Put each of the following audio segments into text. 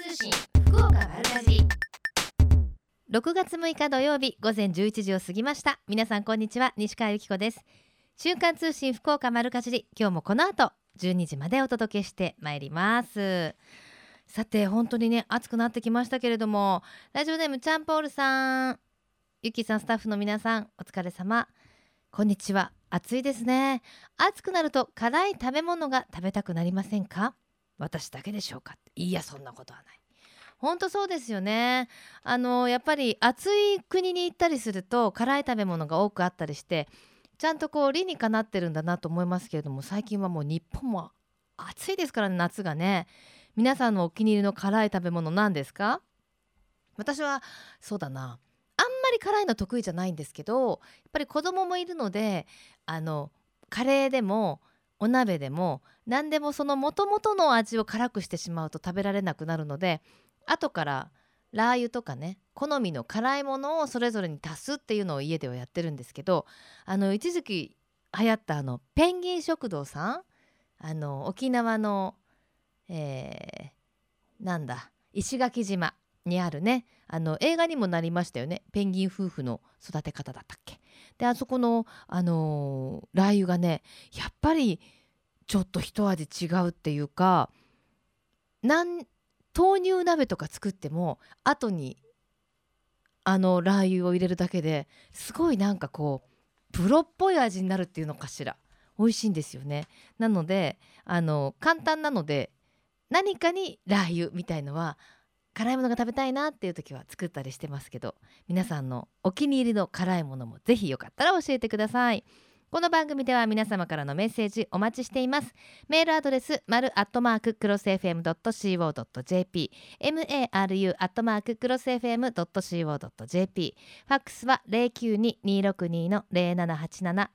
通信福岡丸かじり6月6日土曜日午前11時を過ぎました。皆さんこんにちは、西川由紀子です。瞬間通信福岡丸かじり、今日もこの後12時までお届けしてまいります。さて本当にね暑くなってきましたけれども、ラジオネームチャンポールさん、ゆきさん、スタッフの皆さんお疲れ様、こんにちは。暑いですね。暑くなると辛い食べ物が食べたくなりませんか？私だけでしょうか？いや、そんなことはない。本当そうですよね。やっぱり暑い国に行ったりすると辛い食べ物が多くあったりして、ちゃんとこう理にかなってるんだなと思いますけれども、最近はもう日本も暑いですからね、夏がね。皆さんのお気に入りの辛い食べ物何ですか？私はそうだな、あんまり辛いの得意じゃないんですけど、やっぱり子供もいるので、カレーでもお鍋でも何でもその元々の味を辛くしてしまうと食べられなくなるので、後からラー油とかね、好みの辛いものをそれぞれに足すっていうのを家ではやってるんですけど、一時期流行ったペンギン食堂さん、沖縄の、なんだ石垣島にあるね、映画にもなりましたよね。ペンギン夫婦の育て方だったっけ。であそこの、ラー油がね、やっぱりちょっと一味違うっていうか、豆乳鍋とか作っても後にラー油を入れるだけですごいなんかこうプロっぽい味になるっていうのかしら。美味しいんですよね。なので簡単なので、何かにラー油みたいのは辛いものが食べたいなっていう時は作ったりしてますけど、皆さんのお気に入りの辛いものもぜひよかったら教えてください。この番組では皆様からのメッセージお待ちしています。メールアドレスmaru@crossfm.co.jp、 maru@crossfm.co.jp、 ファックスは 092-262-0787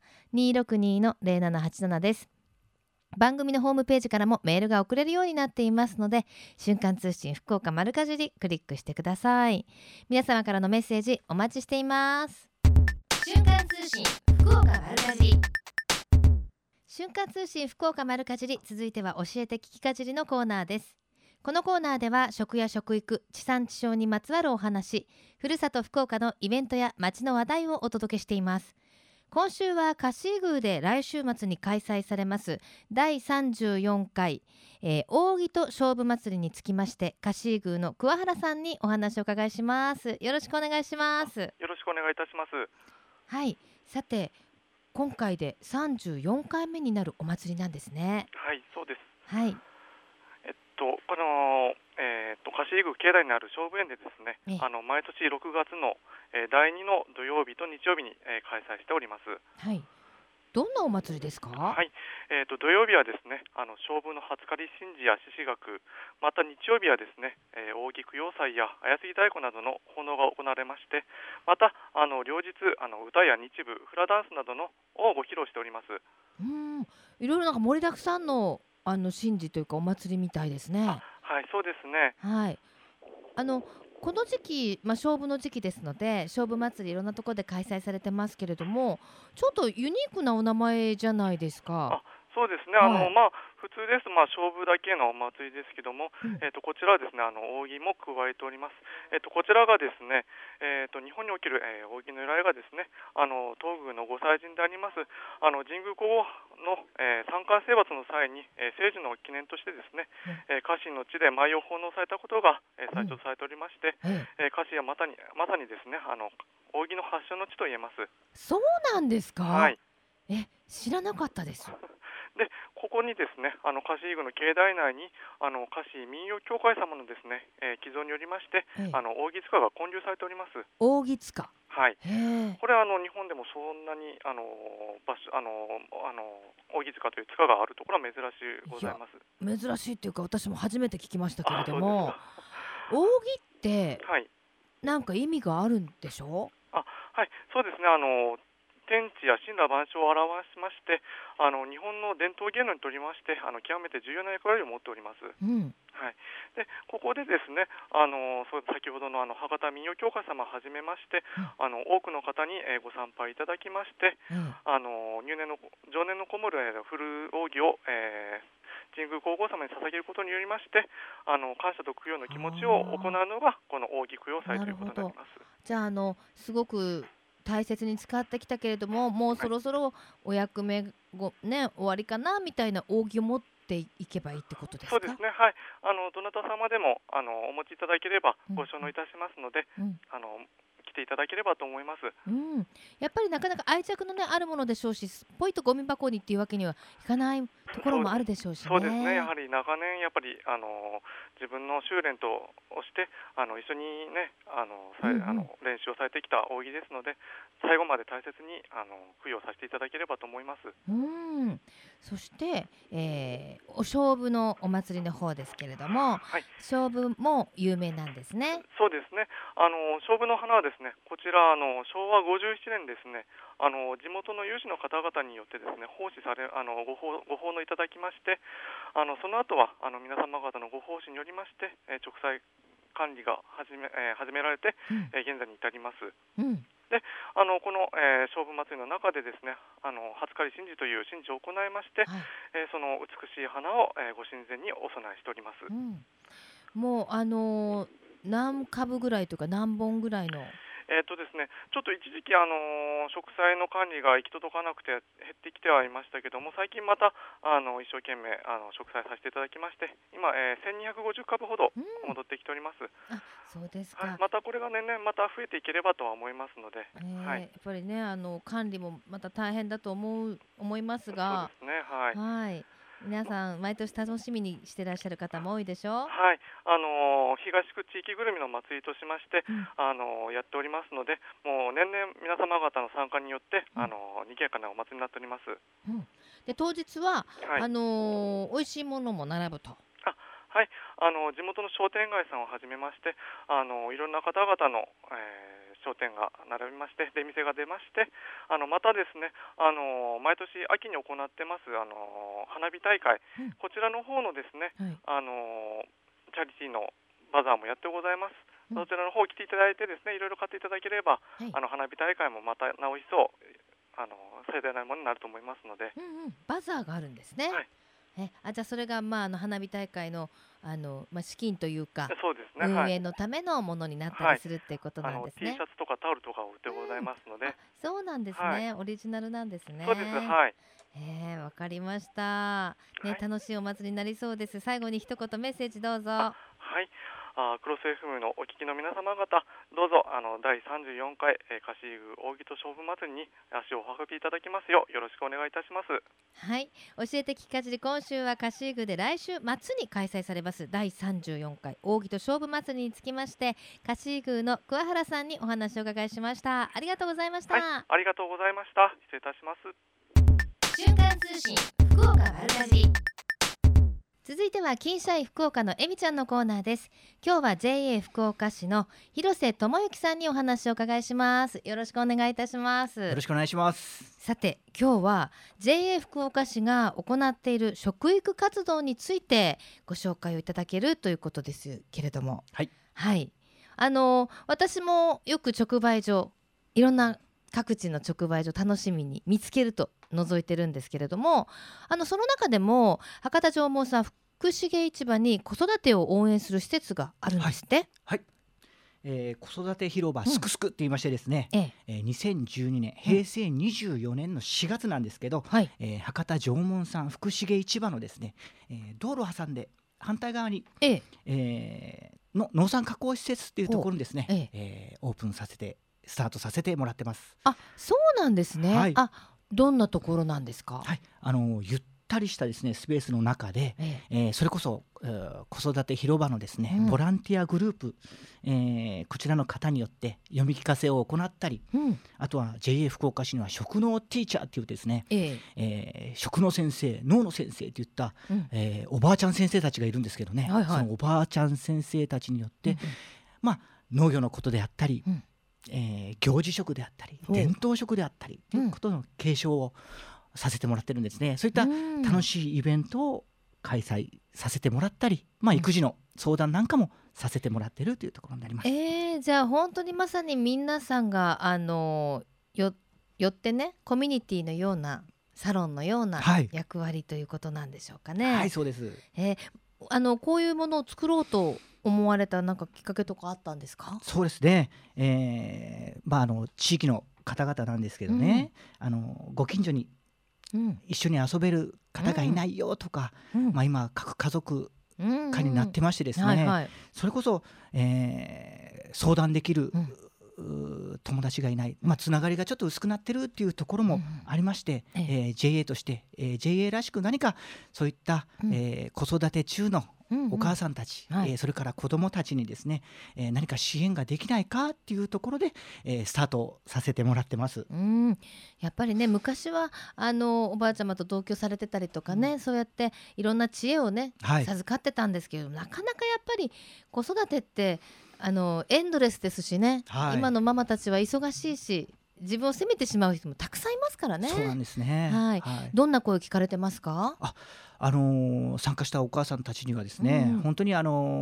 262-0787 です。番組のホームページからもメールが送れるようになっていますので、瞬間通信福岡丸かじりクリックしてください。皆様からのメッセージお待ちしています。瞬間通信福岡丸かじり、瞬間通信福岡丸かじり、続いては教えて聞きかじりのコーナーです。このコーナーでは食や食育、地産地消にまつわるお話、ふるさと福岡のイベントや街の話題をお届けしています。今週は香椎宮で来週末に開催されます第34回、扇と勝負祭りにつきまして、香椎宮の桑原さんにお話を伺いします。よろしくお願いします。 よろしくお願いいたします。 はい、さて今回で34回目になるお祭りなんですね。 はい、そうです。 はい。 この、香椎宮境内にある勝負園でですね、毎年6月の、第2の土曜日と日曜日に、開催しております。 はい。どんなお祭りですか？ はい、土曜日はですね、勝負の初狩り神事や獅子学、また日曜日はですね、扇供養祭や綾杉太鼓などの奉納が行われまして、また両日歌や日舞、フラダンスなどのをご披露しております。 いろいろなんか盛りだくさんの神事というかお祭りみたいですね。 はい、そうですね。 はい。この時期、勝負の時期ですので、勝負祭りいろんなところで開催されてますけれども、ちょっとユニークなお名前じゃないですか。 そうですね。 はい。 普通です。勝負だけのお祭りですけども、こちらはですね、扇も加えております。こちらがですね、日本における、扇の由来がですね、東宮のご祭神であります、神宮皇后の、三冠征伐の際に、政治の記念としてですね、家臣の地で舞を奉納されたことが、最初されておりまして、家臣はまさにですね、扇の発祥の地と言えます。 そうなんですか？ はい。 知らなかったです。 で、ここにですね、香椎宮の境内内に香椎民謡協会様のですね、寄贈によりまして、扇塚が建立されております。 扇塚。 はい。 へえ。 これは日本でもそんなに場所扇塚という塚があるところは珍しいございます。 珍しいっていうか、私も初めて聞きましたけれどそうですも、 か。 扇ってはい。 なんか意味があるんでしょ？ はい、そうですね。天地や神羅万象を表しまして、日本の伝統芸能にとりまして、極めて重要な役割を持っております。 うん。 はい、でここでですね、先ほどの博多民謡協会様をはじめまして、多くの方に、ご参拝いただきまして、常年のこもる古扇を、 神宮皇后様に捧げることによりまして、感謝と供養の気持ちを行うのがこの扇供養祭ということになります。 じゃあすごく大切に使ってきたけれども、もうそろそろお役目終わりかなみたいな扇を持っていけばいいってことですか？ そうですね、はい。どなた様でもお持ちいただければご承納いたしますので、来ていただければと思います。 やっぱりなかなか愛着のあるものでしょうし、ポイとゴミ箱にっていうわけにはいかないところもあるでしょうしね。 そうですね、やはり長年やっぱり自分の修練として一緒にね練習をされてきた扇ですので、最後まで大切に供養させていただければと思います。 そして、お勝負のお祭りの方ですけれども、勝負も有名なんですね。 そうですね。勝負の花はですね、こちら昭和57年ですね、地元の有志の方々によってですね、奉仕されご奉納いただきまして、その後は皆様方のご奉仕によりまして、直裁管理が始められて、現在に至ります。でこの、勝負祭りの中でですね、初狩り神事という神事を行いまして、その美しい花を、ご神前にお供えしております。 もう何株ぐらいとか何本ぐらいのですね、ちょっと一時期植栽の管理が行き届かなくて減ってきてはいましたけども、最近また一生懸命植栽させていただきまして、今、1250株ほど戻ってきております。 そうですか。 またこれが年々また増えていければとは思いますので、 やっぱりね管理もまた大変だと思いますが、 そうですね、はい。 皆さん毎年楽しみにしてらっしゃる方も多いでしょう。 はい、東区地域ぐるみの祭りとしまして、やっておりますので、もう年々皆様方の参加によって、賑やかなお祭りになっております。 で当日は、美味しいものも並ぶと。 はい、地元の商店街さんをはじめまして、いろんな方々の、商店が並びまして、出店が出まして、またですね、毎年秋に行ってます花火大会、こちらの方のですね、チャリティーのバザーもやってございます。そちらの方来ていただいてですね、いろいろ買っていただければ、花火大会もまたなお一層最大なものになると思いますので、 バザーがあるんですね。じゃあそれが花火大会の資金というか、 そうですね、 運営のためのものになったりするっていうことなんですね。 T シャツとかタオルとかを売ってございますので。 そうなんですね、オリジナルなんですね。 そうです、 わかりました。楽しいお祭りになりそうです。最後に一言メッセージどうぞ。 クロス FM のお聞きの皆様方、どうぞ第34回菓子具扇と勝負祭りに足をお運びいただきますようよろしくお願いいたします。 教えて聞かずり、今週は菓子具で来週末に開催されます第34回扇と勝負祭りにつきまして、菓子具の桑原さんにお話を伺いしました。ありがとうございました。 ありがとうございました。失礼いたします。 瞬間通信福岡丸かじり。続いては金シャイ福岡のえみちゃんのコーナーです。今日は JA 福岡市の広瀬智之さんにお話を伺いします。よろしくお願いいたします。 よろしくお願いします。 さて今日は JA 福岡市が行っている食育活動についてご紹介をいただけるということですけれども、私もよく直売所、いろんな各地の直売所楽しみに見つけると覗いてるんですけれども、その中でも博多縄文産福重市場に子育てを応援する施設があるんですって。 子育て広場すくすくって言いましてですね、2012年平成24年の4月なんですけど、博多縄文産福重市場のですね、道路を挟んで反対側に、の農産加工施設っていうところにですね、オープンさせてスタートさせてもらってます。 そうなんですね。どんなところなんですか？ ゆったりしたですねスペースの中で、それこそ、子育て広場のですね、ボランティアグループ、こちらの方によって読み聞かせを行ったり、あとは JA 福岡市には食農ティーチャーっていうですね、食の先生、農の先生といった、おばあちゃん先生たちがいるんですけどね、そのおばあちゃん先生たちによって、農業のことであったり、行事食であったり伝統食であったりということの継承をさせてもらってるんですね。そういった楽しいイベントを開催させてもらったり、育児の相談なんかもさせてもらってるというところになります。 じゃあ本当にまさに皆さんが寄ってねコミュニティのようなサロンのようなはい役割ということなんでしょうかね。 はい、そうです。 こういうものを作ろうと思われたなんかきっかけとかあったんですか？ そうですね、地域の方々なんですけどね、ご近所に一緒に遊べる方がいないよとか、今核家族化になってましてですね、それこそ、相談できる、友達がいない、つながりがちょっと薄くなってるっていうところもありまして、JA として、JA らしく何かそういった、子育て中のお母さんたち、それから子どもたちにですね、何か支援ができないかっていうところで、スタートさせてもらってます。 やっぱりね、昔はおばあちゃまと同居されてたりとかね、そうやっていろんな知恵をね、授かってたんですけど、なかなかやっぱり子育てってエンドレスですしね、今のママたちは忙しいし、自分を責めてしまう人もたくさんいますからね。 そうなんですね。 どんな声聞かれてますか？ 参加したお母さんたちにはですね、本当に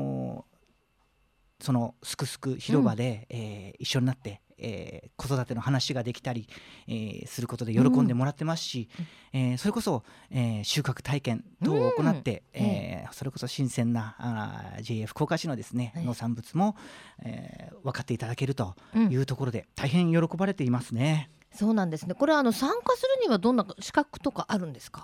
そのすくすく広場で、一緒になって、子育ての話ができたり、することで喜んでもらってますし、それこそ、収穫体験等を行って、それこそ新鮮なJA 福岡市のですね、農産物も、分かっていただけるというところで、大変喜ばれていますね。 そうなんですね。これ参加するにはどんな資格とかあるんですか？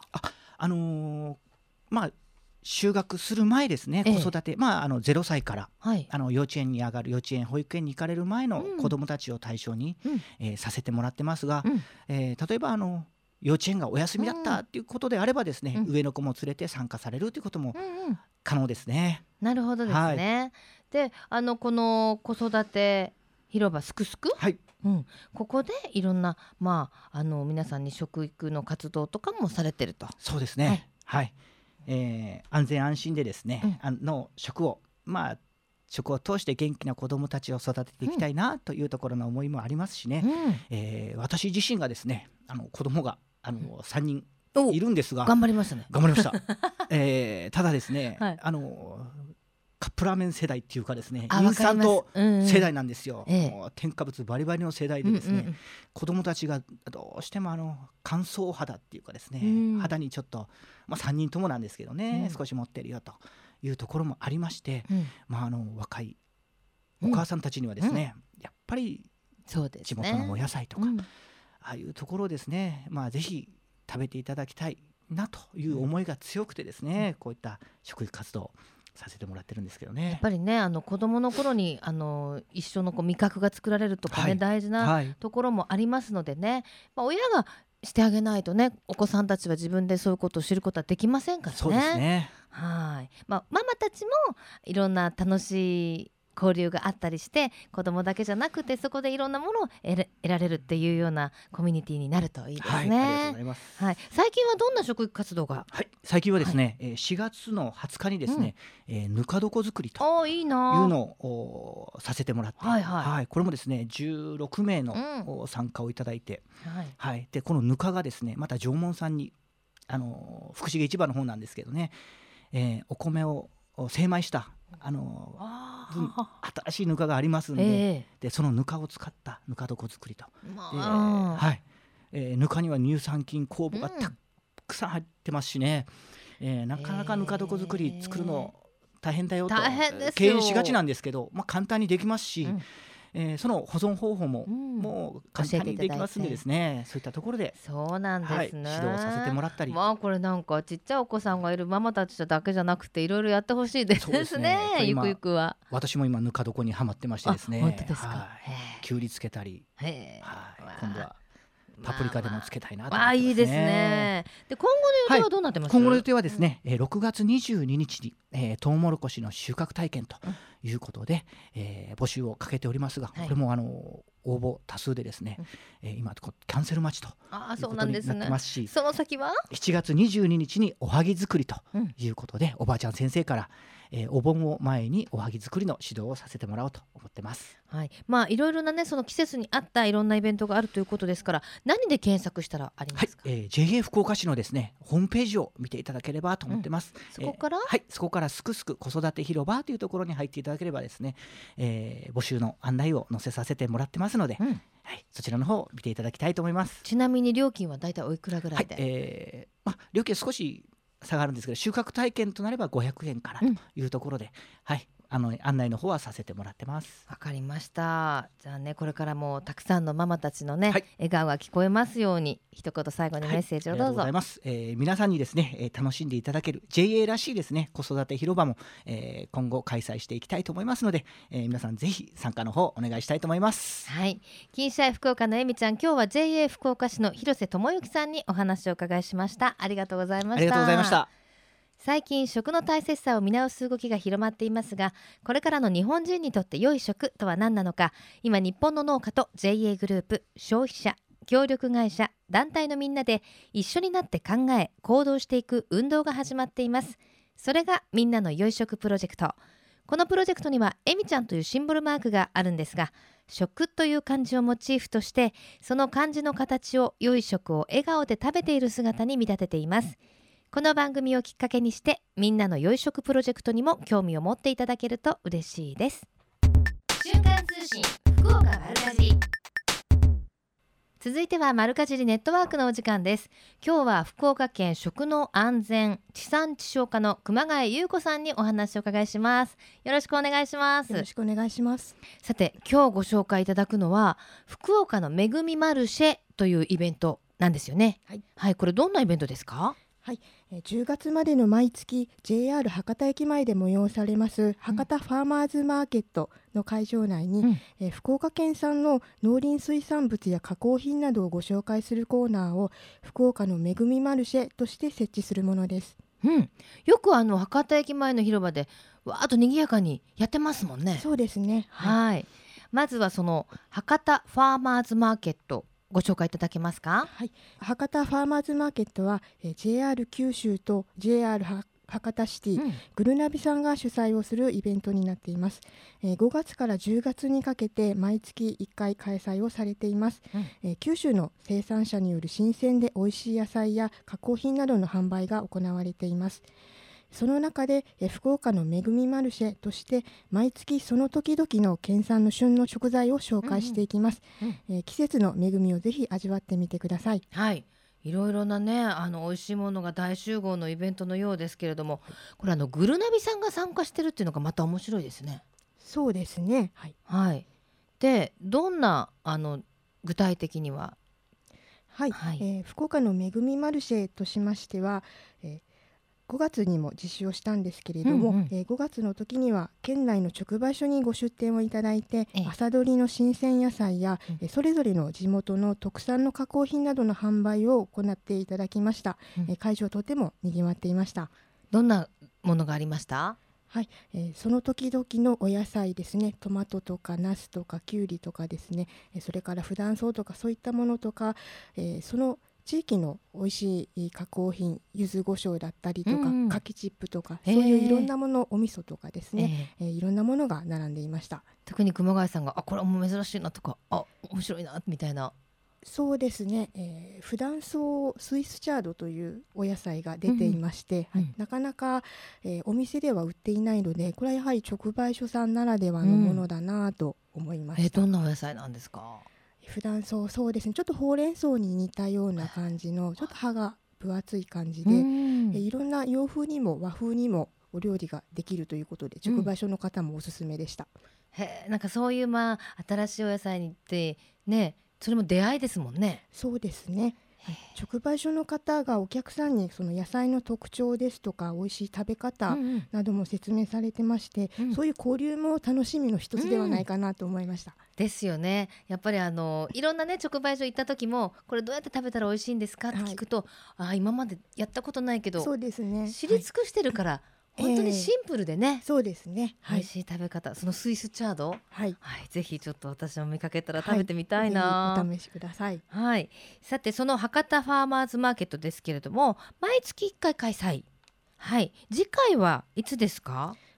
就学する前ですね、子育て、0歳から、幼稚園に上がる、幼稚園保育園に行かれる前の子どもたちを対象に、させてもらってますが、例えば幼稚園がお休みだったっていうことであればですね、上の子も連れて参加されるということも可能ですね。 なるほどですね。でこの子育て広場すくすく、ここでいろんな、皆さんに食育の活動とかもされてると。 そうですね。安全安心でですね、食を通して元気な子どもたちを育てていきたいなというところの思いもありますしね、私自身がですね、子どもが3人いるんですが、 頑張りましたね。 頑張りました。ただですね、カップラーメン世代っていうかですね、インスタント世代なんですよ。もう添加物バリバリの世代でですね、子どもたちがどうしても乾燥肌っていうかですね、肌にちょっと、3人ともなんですけどね、少し持ってるよというところもありまして、若いお母さんたちにはですね、やっぱり地元のお野菜とか、ああいうところをですね、ぜひ食べていただきたいなという思いが強くてですね、こういった食育活動させてもらってるんですけどね。 やっぱりね、子どもの頃に一緒の味覚が作られるとかね、大事なところもありますのでね、親がしてあげないとね、お子さんたちは自分でそういうことを知ることはできませんからね。 そうですね。 ママたちもいろんな楽しい交流があったりして、子どもだけじゃなくてそこでいろんなものを得られるっていうようなコミュニティになるといいですね。 ありがとうございます。 最近はどんな食育活動が？ 最近はですね、4月の20日にですね、ぬか床作りというのをさせてもらって、これもですね16名の参加をいただいて、でこのぬかがですね、また縄文さんに福重市場の方なんですけどね、お米を精米した新しいぬかがありますんで、そのぬかを使ったぬか床作りと、ぬかには乳酸菌酵母がたくさん入ってますしね、なかなかぬか床作り作るの大変だよと敬遠しがちなんですけど、簡単にできますし、その保存方法ももう簡単にできますんでですね、そういったところでそうなんですね、 指導させてもらったり、 これなんかちっちゃいお子さんがいるママたちだけじゃなくていろいろやってほしいですね。ゆくゆくは私も今ぬか床にはまってましてですね。 本当ですか？ きゅうりつけたり、今度はパプリカでもつけたいなと思ってますね。 いいですね。で今後の予定はどうなってます？ 今後の予定はですね、6月22日に、トウモロコシの収穫体験ということで、募集をかけておりますが、これも応募多数でですね、今キャンセル待ちということになってますし、 その先は 7月22日におはぎ作りということで、おばあちゃん先生から、 お盆を前におはぎ作りの指導をさせてもらおうと思ってます。 はい、いろいろなねその季節に合ったいろんなイベントがあるということですから、何で検索したらありますか？ JA 福岡市のですねホームページを見ていただければと思ってます。 そこから、 そこからすくすく子育て広場というところに入っていただければですね、募集の案内を載せさせてもらってますので、そちらの方を見ていただきたいと思います。 ちなみに料金はだいたいおいくらぐらいで？料金は少し差があるんですけど、収穫体験となれば500円からというところで、案内の方はさせてもらってます。 わかりました。じゃあね、これからもたくさんのママたちのね、笑顔が聞こえますように、一言最後にメッセージをどうぞ。 ありがとうございます。皆さんにですね、楽しんでいただける JA らしいですね子育て広場も、今後開催していきたいと思いますので、皆さんぜひ参加の方お願いしたいと思います。 はい、金シャイ福岡のえみちゃん、今日は JA 福岡市の広瀬智之さんにお話を伺いしました。ありがとうございました。 ありがとうございました。 最近食の大切さを見直す動きが広まっていますが、これからの日本人にとって良い食とは何なのか、今日本の農家と JA グループ、消費者、協力会社、団体のみんなで一緒になって考え行動していく運動が始まっています。それがみんなの良い食プロジェクト。このプロジェクトにはえみちゃんというシンボルマークがあるんですが、食という漢字をモチーフとして、その漢字の形を良い食を笑顔で食べている姿に見立てています。この番組をきっかけにして、みんなの良い食プロジェクトにも興味を持っていただけると嬉しいです。瞬間通信福岡丸かじり。続いては丸かじりネットワークのお時間です。今日は福岡県食の安全地産地消課の熊谷優子さんにお話を伺いします。よろしくお願いします。 よろしくお願いします。 さて、今日ご紹介いただくのは福岡のめぐみマルシェというイベントなんですよね。はい、これどんなイベントですか？ はい、10月までの毎月 JR 博多駅前で催されます博多ファーマーズマーケットの会場内に、福岡県産の農林水産物や加工品などをご紹介するコーナーを福岡のめぐみマルシェとして設置するものです。 よく博多駅前の広場でわーっと賑やかにやってますもんね。 そうですね。 はい、まずはその博多ファーマーズマーケットご紹介いただけますか？ はい、博多ファーマーズマーケットは、JR 九州と JR 博多シティ、グルナビさんが主催をするイベントになっています。5月から10月にかけて毎月1回開催をされています。九州の生産者による新鮮で美味しい野菜や加工品などの販売が行われています。その中で福岡のめぐみマルシェとして毎月その時々の県産の旬の食材を紹介していきます。季節の恵みをぜひ味わってみてください。 はい、いろいろなね美味しいものが大集合のイベントのようですけれども、これグルナビさんが参加してるっていうのがまた面白いですね。 そうですね。 はい、でどんな具体的には？ 福岡のめぐみマルシェとしましては、5月にも実施をしたんですけれども、5月の時には県内の直売所にご出店をいただいて、朝どりの新鮮野菜や、それぞれの地元の特産の加工品などの販売を行っていただきました。会場とてもにぎわっていました。 どんなものがありました？ その時々のお野菜ですね、トマトとかナスとかキュウリとかですね、それから普段草とかそういったものとか、その地域の美味しい加工品、柚子胡椒だったりとか、柿チップとか、そういういろんなもの、お味噌とかですね、いろんなものが並んでいました。 特に熊谷さんがこれはもう珍しいなとか面白いなみたいな。 そうですね、普段草スイスチャードというお野菜が出ていまして、なかなか、お店では売っていないので、これはやはり直売所さんならではのものだなと思いました。 どんなお野菜なんですか？ 普段草、そうですね、ちょっとほうれん草に似たような感じのちょっと葉が分厚い感じで、いろんな洋風にも和風にもお料理ができるということで、直売所の方もおすすめでした。 なんかそういう新しいお野菜にってね、それも出会いですもんね。 そうですね。直売所の方がお客さんにその野菜の特徴ですとか美味しい食べ方なども説明されてまして、そういう交流も楽しみの一つではないかなと思いました。 ですよね。やっぱりいろんなね直売所行った時もこれどうやって食べたら美味しいんですかって聞くと、今までやったことないけど、 そうですね、 知り尽くしてるから、本当にシンプルでね、 そうですね、 美味しい食べ方、そのスイスチャード、ぜひちょっと私も見かけたら食べてみたいな。 ぜひお試しください。 さて、その博多ファーマーズマーケットですけれども、毎月1回開催。次回はいつですか？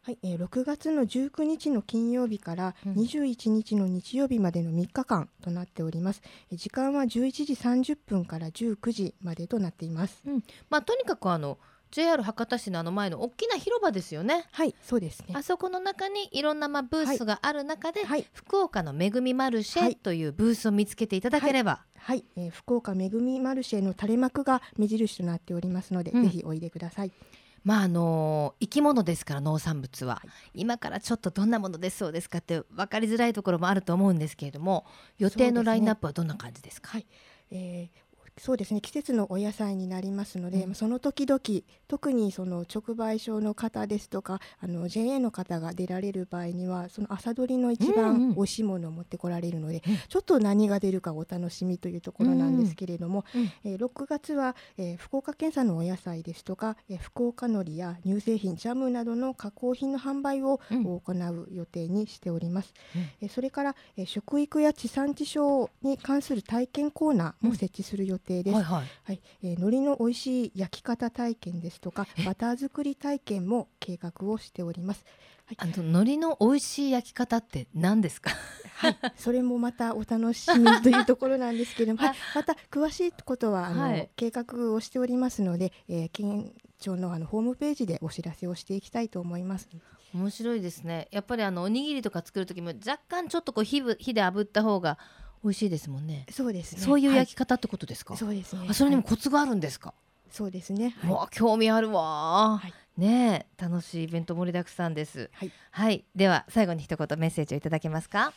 はい、6月の19日の金曜日から21日の日曜日までの3日間となっております。時間は11時30分から19時までとなっています。 とにかくJR 博多市の前の大きな広場ですよね。 はい、そうですね。 あそこの中にいろんなブースがある中で、 はい、 福岡のめぐみマルシェというブースを見つけていただければ、 福岡めぐみマルシェの垂れ幕が目印となっておりますので、ぜひおいでください。 生き物ですから農産物は、今からちょっとどんなもの出そうですかって分かりづらいところもあると思うんですけれども、予定のラインナップはどんな感じですか？ そうですね、季節のお野菜になりますので、その時々特にその直売所の方ですとかJA の方が出られる場合にはその朝どりの一番おいしいものを持ってこられるので、ちょっと何が出るかお楽しみというところなんですけれども、6月は、福岡県産のお野菜ですとか、福岡海苔や乳製品ジャムなどの加工品の販売を行う予定にしております。それから、食育や地産地消に関する体験コーナーも設置する予定です。海苔の美味しい焼き方体験ですとかバター作り体験も計画をしております。 海苔の美味しい焼き方って何ですか？ それもまたお楽しみというところなんですけれども、また詳しいことは計画をしておりますので、県庁のホームページでお知らせをしていきたいと思います。 面白いですね。やっぱりおにぎりとか作る時も若干ちょっと火で炙った方が美味しいですもんね。 そうですね。 そういう焼き方ってことですか？ そうですね。 それにもコツがあるんですか？ そうですね。 興味あるわ。ねえ、楽しいイベント盛りだくさんです。では最後に一言メッセージをいただけますか？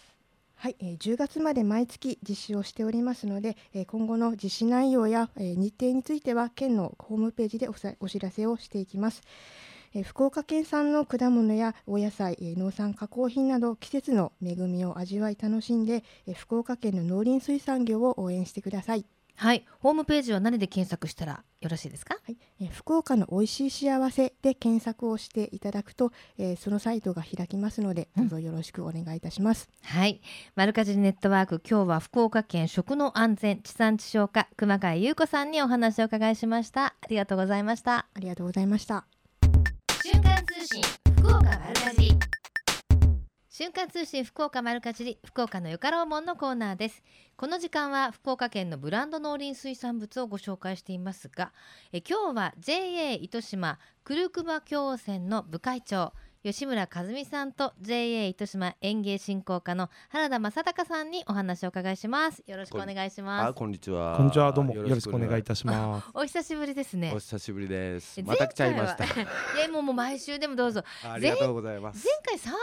10月まで毎月実施をしておりますので、今後の実施内容や、日程については県のホームページでお知らせをしていきます。福岡県産の果物やお野菜、農産加工品など季節の恵みを味わい楽しんで、福岡県の農林水産業を応援してください。 ホームページは何で検索したらよろしいですか？ 福岡のおいしい幸せで検索をしていただくと、そのサイトが開きますので、どうぞよろしくお願いいたします。 マルカジネットワーク、今日は福岡県食の安全地産地消課熊谷優子さんにお話を伺いしました。ありがとうございました。 ありがとうございました。 瞬間通信福岡丸かじり。瞬間通信福岡丸かじり、福岡のよかろうもんのコーナーです。この時間は福岡県のブランド農林水産物をご紹介していますが、今日は JA 糸島来熊共選の部会長吉村和美さんと JA 糸島園芸振興課の原田正孝さんにお話をお伺いします。よろしくお願いします。 こんにちは。 こんにちは、どうもよろしくお願いいたします。 お久しぶりですね。 お久しぶりです。また来ちゃいました。 もう毎週でもどうぞ。 ありがとうございます。 前回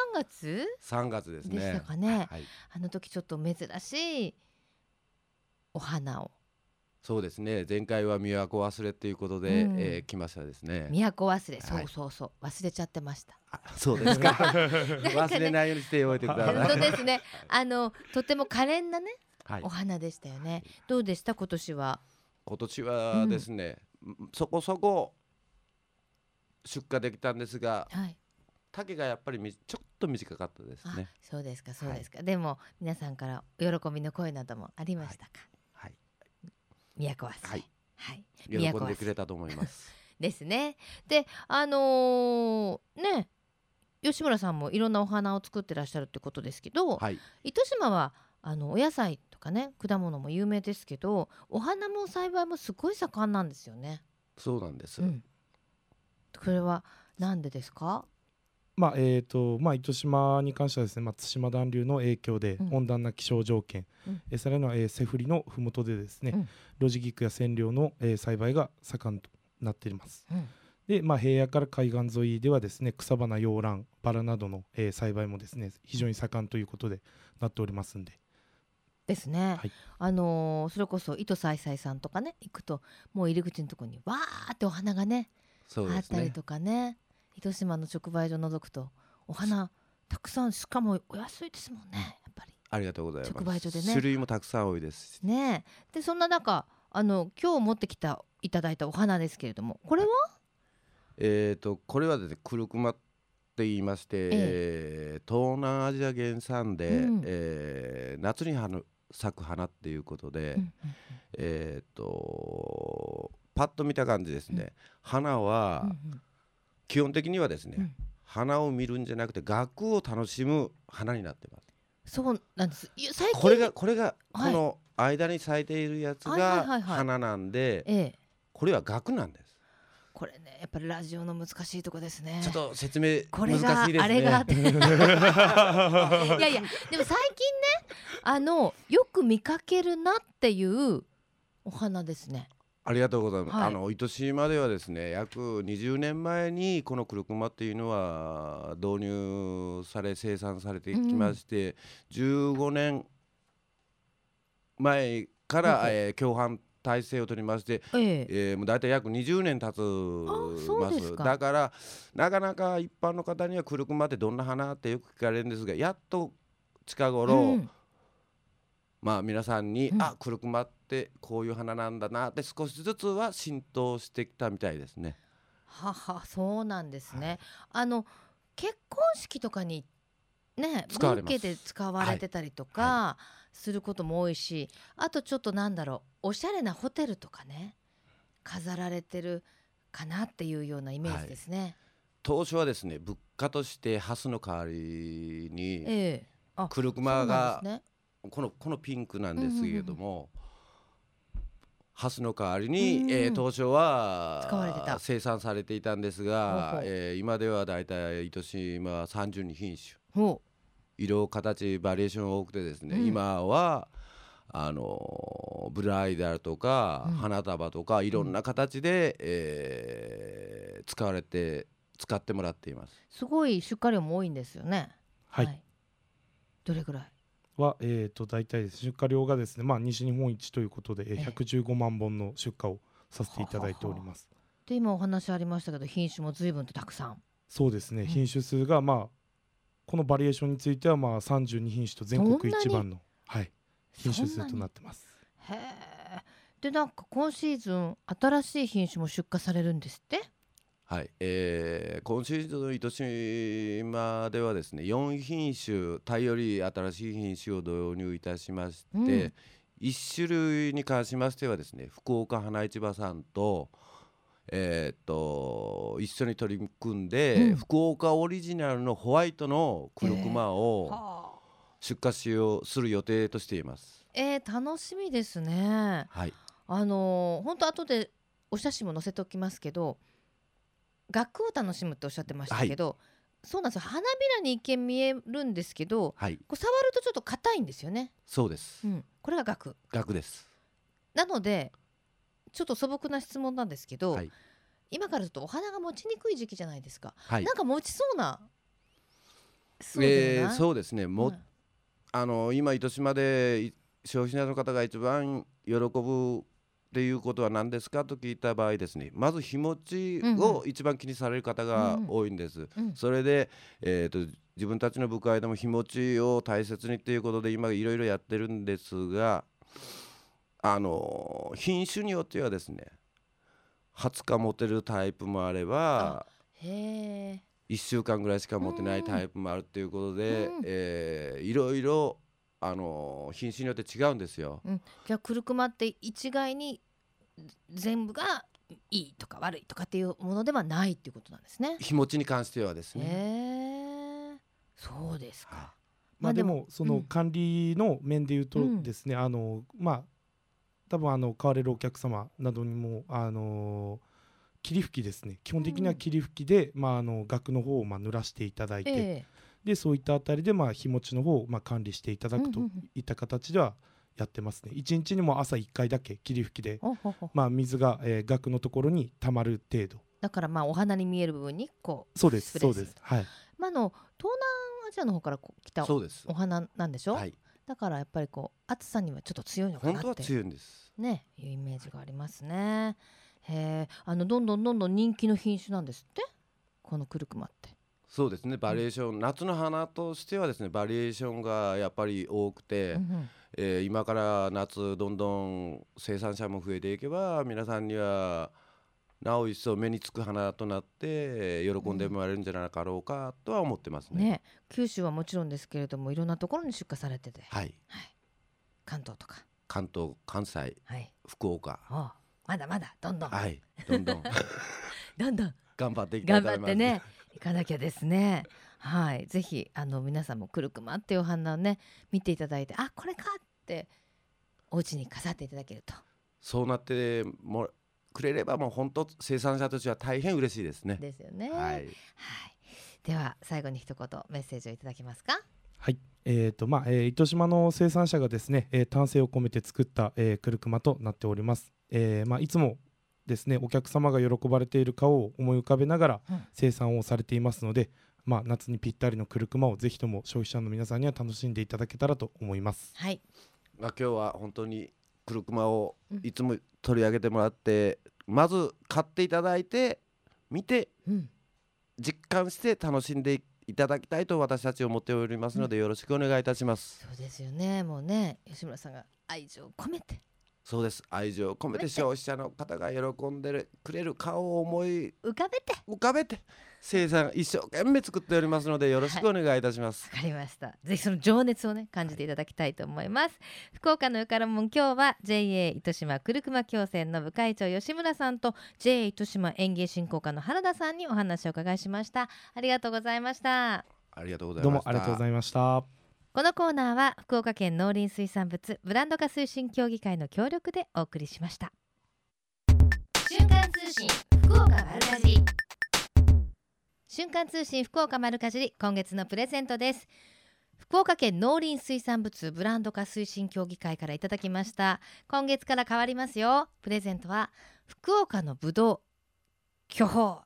3月ですね。 でしたかね。あの時ちょっと珍しいお花を。 そうですね。前回は都忘れということで、来ましたですね。 都忘れ、そう忘れちゃってました。 そうですか。忘れないようにしておいてください。 本当ですね。とても可憐なね、お花でしたよね。どうでした今年は？ 今年はですね、そこそこ出荷できたんですが、丈がやっぱりちょっと短かったですね。 そうですか。でも皆さんから喜びの声などもありましたか？都忘れ、 喜んでくれたと思いますですね。で吉村さんもいろんなお花を作ってらっしゃるってことですけど、糸島はお野菜とかね果物も有名ですけど、お花も栽培もすごい盛んなんですよね。 そうなんです、 これはなんでですか？ 糸島に関してはですね、対馬暖流の影響で温暖な気象条件、さらにはセフリのふもとでですね、露地菊や染料の栽培が盛んとなっています。で、平野から海岸沿いではですね、草花、洋蘭、バラなどの栽培もですね非常に盛んということでなっておりますんで。 ですね。それこそ糸さいさいさんとかね行くと、もう入り口のところにわーってお花がねあったりとかね。糸島の直売所を除くとお花たくさん、しかもお安いですもんね。やっぱりありがとうございます。 直売所でね、 種類もたくさん多いですね。でそんな中今日持っていただいたお花ですけれども、これはこれはですね、クルクマって言いまして、東南アジア原産で、夏に咲く花っていうことで、パッと見た感じですね、花は基本的にはですね、 花を見るんじゃなくて額を楽しむ花になってます。 そうなんです。最近これがこの間に咲いているやつが花なんで、これは額なんです。 これねやっぱりラジオの難しいとこですね。 ちょっと説明これ難しいですね。 があれがあっていやいやでも最近ねよく見かけるなっていうお花ですね。 ありがとうございます。糸島ではですね約20年前にこのクルクマっていうのは導入され生産されてきまして、15年前から共販体制を取りまして、もう大体約20年経つます。だからなかなか一般の方にはクルクマってどんな花ってよく聞かれるんですが、やっと近頃、皆さんに、クルクマってこういう花なんだなって少しずつは浸透してきたみたいですね。 そうなんですね。結婚式とかにねブーケで使われてたりとかすることも多いし、あとちょっとおしゃれなホテルとかね飾られてるかなっていうようなイメージですね。 当初はですね物価としてハスの代わりに、クルクマがこのピンクなんですけれども、ハスの代わりに、当初は生産されていたんですが、今ではだいたい糸島32品種、色形バリエーション多くてですね、今はブライダルとか、花束とかいろんな形で、使ってもらっています。 すごい出荷量も多いんですよね。どれぐらいは大体です出荷量がですね、西日本一ということで、115万本の出荷をさせていただいております。 で今お話ありましたけど品種も随分とたくさん。 そうですね、品種数がこのバリエーションについては32品種と全国一番の、品種数となってます。 で今シーズン新しい品種も出荷されるんですって。 今シーズンの糸島ではですね4品種タイより新しい品種を導入いたしまして、1種類に関しましてはですね福岡花市場さんと、一緒に取り組んで、福岡オリジナルのホワイトのクルクマを出荷する予定としています。 楽しみですね。本当後でお写真も載せておきますけど額を楽しむっておっしゃってましたけど、そうなんですよ。花びらに一見見えるんですけど、こう触るとちょっと硬いんですよね。 そうです、 これが額です。 なのでちょっと素朴な質問なんですけど、今からちょっとお花が持ちにくい時期じゃないですか。なんか持ちそうな。 そうですね。今糸島で消費者の方が一番喜ぶっていうことは何ですかと聞いた場合ですね、まず日持ちを一番気にされる方が多いんです。それで、自分たちの部会でも日持ちを大切にということで今いろいろやってるんですが、品種によってはですね20日持てるタイプもあれば1週間ぐらいしか持てないタイプもあるということで、いろいろ品種によって違うんですよ。 じゃあクルクマって一概に全部がいいとか悪いとかっていうものではないっていうことなんですね。 日持ちに関してはですね。 そうですか。 でもその管理の面で言うとですね、多分買われるお客様などにも霧吹きですね、基本的には霧吹きで、額の方を濡らしていただいて、でそういったあたりで日持ちの方を管理していただくといった形ではやってますね。1日にも朝1回だけ霧吹きで水が額のところにたまる程度だからお花に見える部分にそうです。東南アジアの方から来たお花なんでしょ。だからやっぱり暑さにはちょっと強いのかなって本当は強いんですね、いうイメージがありますね。どんどん人気の品種なんですってこのクルクマって。 そうですね、バリエーション、夏の花としてはですねバリエーションがやっぱり多くて、今から夏どんどん生産者も増えていけば皆さんにはなお一層目につく花となって喜んでもらえるんじゃなかろうかとは思ってますね。 九州はもちろんですけれどもいろんなところに出荷されてて、関東とか関東、関西、福岡、 まだまだどんどんどんどんどんどん頑張っていきたいと思います。 頑張ってね行かなきゃですね。はい、ぜひ皆さんもクルクマっていうお花をね見ていただいて、あ、これかってお家に飾っていただけると。 そうなってもくれればもう本当生産者としては大変嬉しいですね。 ですよね。 はい、 では最後に一言メッセージをいただけますか。 はい、糸島の生産者がですね、丹精を込めて作った、クルクマとなっております。いつもですねお客様が喜ばれている顔を思い浮かべながら生産をされていますので、夏にぴったりのクルクマをぜひとも消費者の皆さんには楽しんでいただけたらと思います。 はい、 今日は本当にクルクマをいつも取り上げてもらって、まず買っていただいて見て、実感して楽しんでいただきたいと私たち思っておりますので、よろしくお願いいたします。 そうですよね。もうね、吉村さんが愛情を込めて。 そうです、愛情を込めて消費者の方が喜んでくれる顔を思い浮かべて生産一生懸命作っておりますので、よろしくお願いいたします。 わかりました。ぜひその情熱をね感じていただきたいと思います。福岡のよからもん、今日は JA 糸島クルクマ共選の部会長吉村さんと JA 糸島園芸振興課の原田さんにお話を伺いしました。ありがとうございました。 ありがとうございました。 どうもありがとうございました。 このコーナーは福岡県農林水産物ブランド化推進協議会の協力でお送りしました。瞬間通信福岡丸かじり。瞬間通信福岡丸かじり、今月のプレゼントです。福岡県農林水産物ブランド化推進協議会からいただきました。今月から変わりますよ。プレゼントは福岡のぶどう巨峰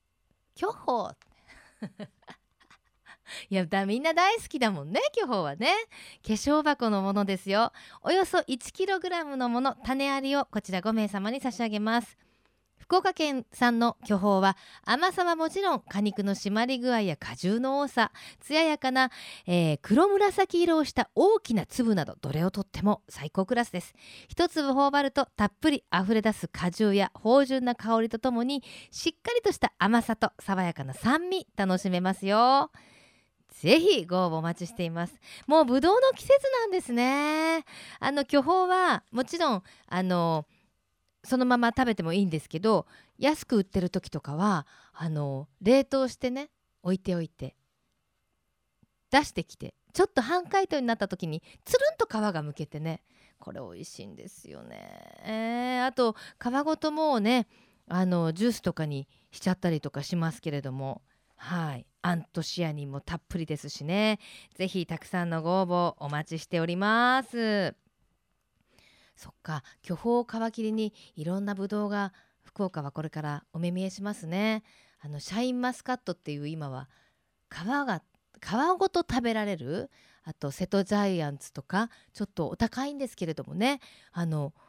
いやみんな大好きだもんね、巨峰はね。化粧箱のものですよ。およそ 1kg のもの、種ありをこちら5名様に差し上げます。福岡県産の巨峰は甘さはもちろん、果肉の締まり具合や果汁の多さ、艶やかな、黒紫色をした大きな粒など、どれをとっても最高クラスです。一粒頬張るとたっぷりあふれ出す果汁や芳醇な香りとともに、しっかりとした甘さと爽やかな酸味楽しめますよ。ぜひご応募お待ちしています。もうぶどうの季節なんですね。巨峰はもちろんそのまま食べてもいいんですけど、安く売ってる時とかは冷凍してね置いておいて出してきて、ちょっと半解凍になった時につるんと皮がむけてね、これ美味しいんですよね。あと皮ごともうねジュースとかにしちゃったりとかしますけれども、はい、アントシアニンもたっぷりですしね。ぜひたくさんのご応募お待ちしております。そっか、巨峰を皮切りにいろんなぶどうが福岡はこれからお目見えしますね。シャインマスカットっていう今は皮ごと食べられる、あと瀬戸ジャイアンツとかちょっとお高いんですけれどもね、皮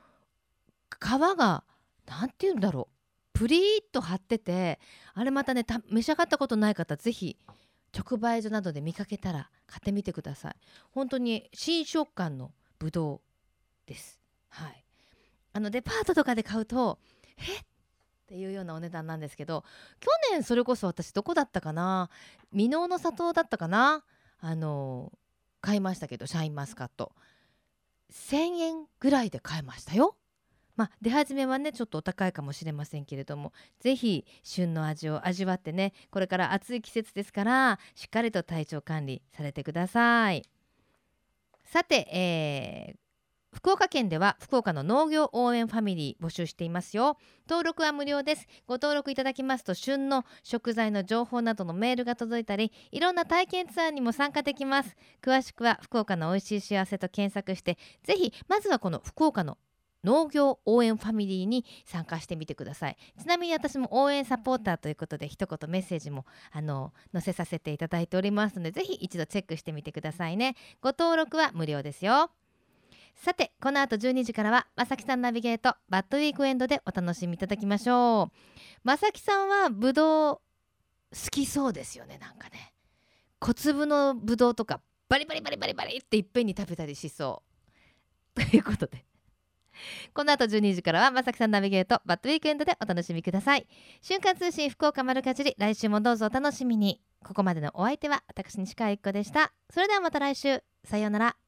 がなんていうんだろう、プリーっと張ってて、あれまたね召し上がったことない方、ぜひ直売所などで見かけたら買ってみてください。本当に新食感のぶどうです。はい、デパートとかで買うとっていうようなお値段なんですけど、去年それこそ私どこだったかな、箕面の里だったかな、買いましたけど、シャインマスカット1000円ぐらいで買えましたよ。出始めはねちょっとお高いかもしれませんけれども、ぜひ旬の味を味わってね、これから暑い季節ですからしっかりと体調管理されてください。さて、福岡県では福岡の農業応援ファミリー募集していますよ。登録は無料です。ご登録いただきますと、旬の食材の情報などのメールが届いたり、いろんな体験ツアーにも参加できます。詳しくは福岡のおいしい幸せと検索して、ぜひまずはこの福岡の農業応援ファミリーに参加してみてください。ちなみに私も応援サポーターということで一言メッセージも載せさせていただいておりますので、ぜひ一度チェックしてみてくださいね。ご登録は無料ですよ。さてこの後12時からはまさきさんナビゲートバッドウィークエンドでお楽しみいただきましょう。まさきさんはぶどう好きそうですよね。なんかね、小粒のぶどうとかバリバリバリバリバリっていっぺんに食べたりしそうということで、この後12時からはまさきさんナビゲートバッドウィークエンドでお楽しみください。瞬間通信福岡丸かじり、来週もどうぞお楽しみに。ここまでのお相手は私西川由紀子でした。それではまた来週、さようなら。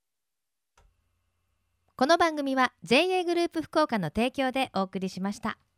この番組は JA グループ福岡の提供でお送りしました。